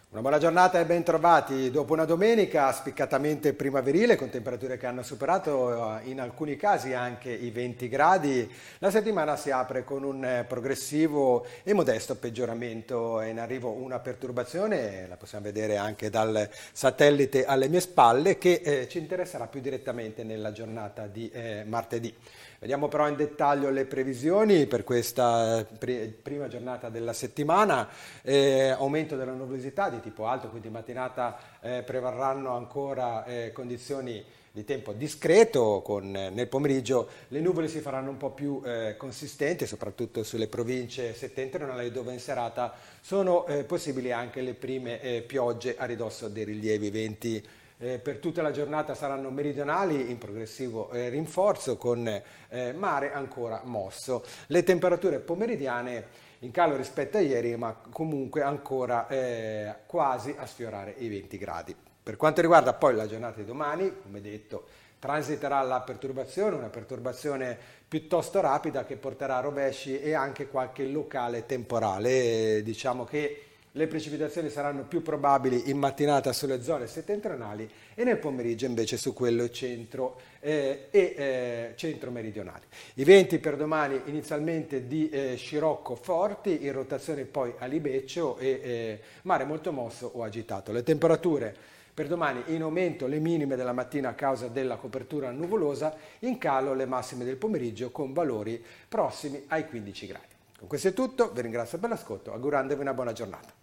Una buona giornata e ben trovati. Dopo una domenica spiccatamente primaverile con temperature che hanno superato in alcuni casi anche i 20 gradi, la settimana si apre con un progressivo e modesto peggioramento. È in arrivo una perturbazione, la possiamo vedere anche dal satellite alle mie spalle, che ci interesserà più direttamente nella giornata di martedì. Vediamo però in dettaglio le previsioni per questa prima giornata della settimana. Aumento della nuvolosità di tipo alto, quindi mattinata prevarranno ancora condizioni di tempo discreto, nel pomeriggio le nuvole si faranno un po' più consistenti, soprattutto sulle province settentrionali, dove in serata sono possibili anche le prime piogge a ridosso dei rilievi. Venti per tutta la giornata saranno meridionali in progressivo rinforzo, con mare ancora mosso. Le temperature pomeridiane in calo rispetto a ieri, ma comunque ancora quasi a sfiorare i 20 gradi. Per quanto riguarda poi la giornata di domani, come detto, transiterà la perturbazione, una perturbazione piuttosto rapida che porterà a rovesci e anche qualche locale temporale. Diciamo che le precipitazioni saranno più probabili in mattinata sulle zone settentrionali e nel pomeriggio invece su quello centro centro-meridionali. I venti per domani inizialmente di scirocco forti, in rotazione poi a libeccio e mare molto mosso o agitato. Le temperature per domani in aumento, le minime della mattina a causa della copertura nuvolosa, in calo le massime del pomeriggio con valori prossimi ai 15 gradi. Con questo è tutto, vi ringrazio per l'ascolto, augurandovi una buona giornata.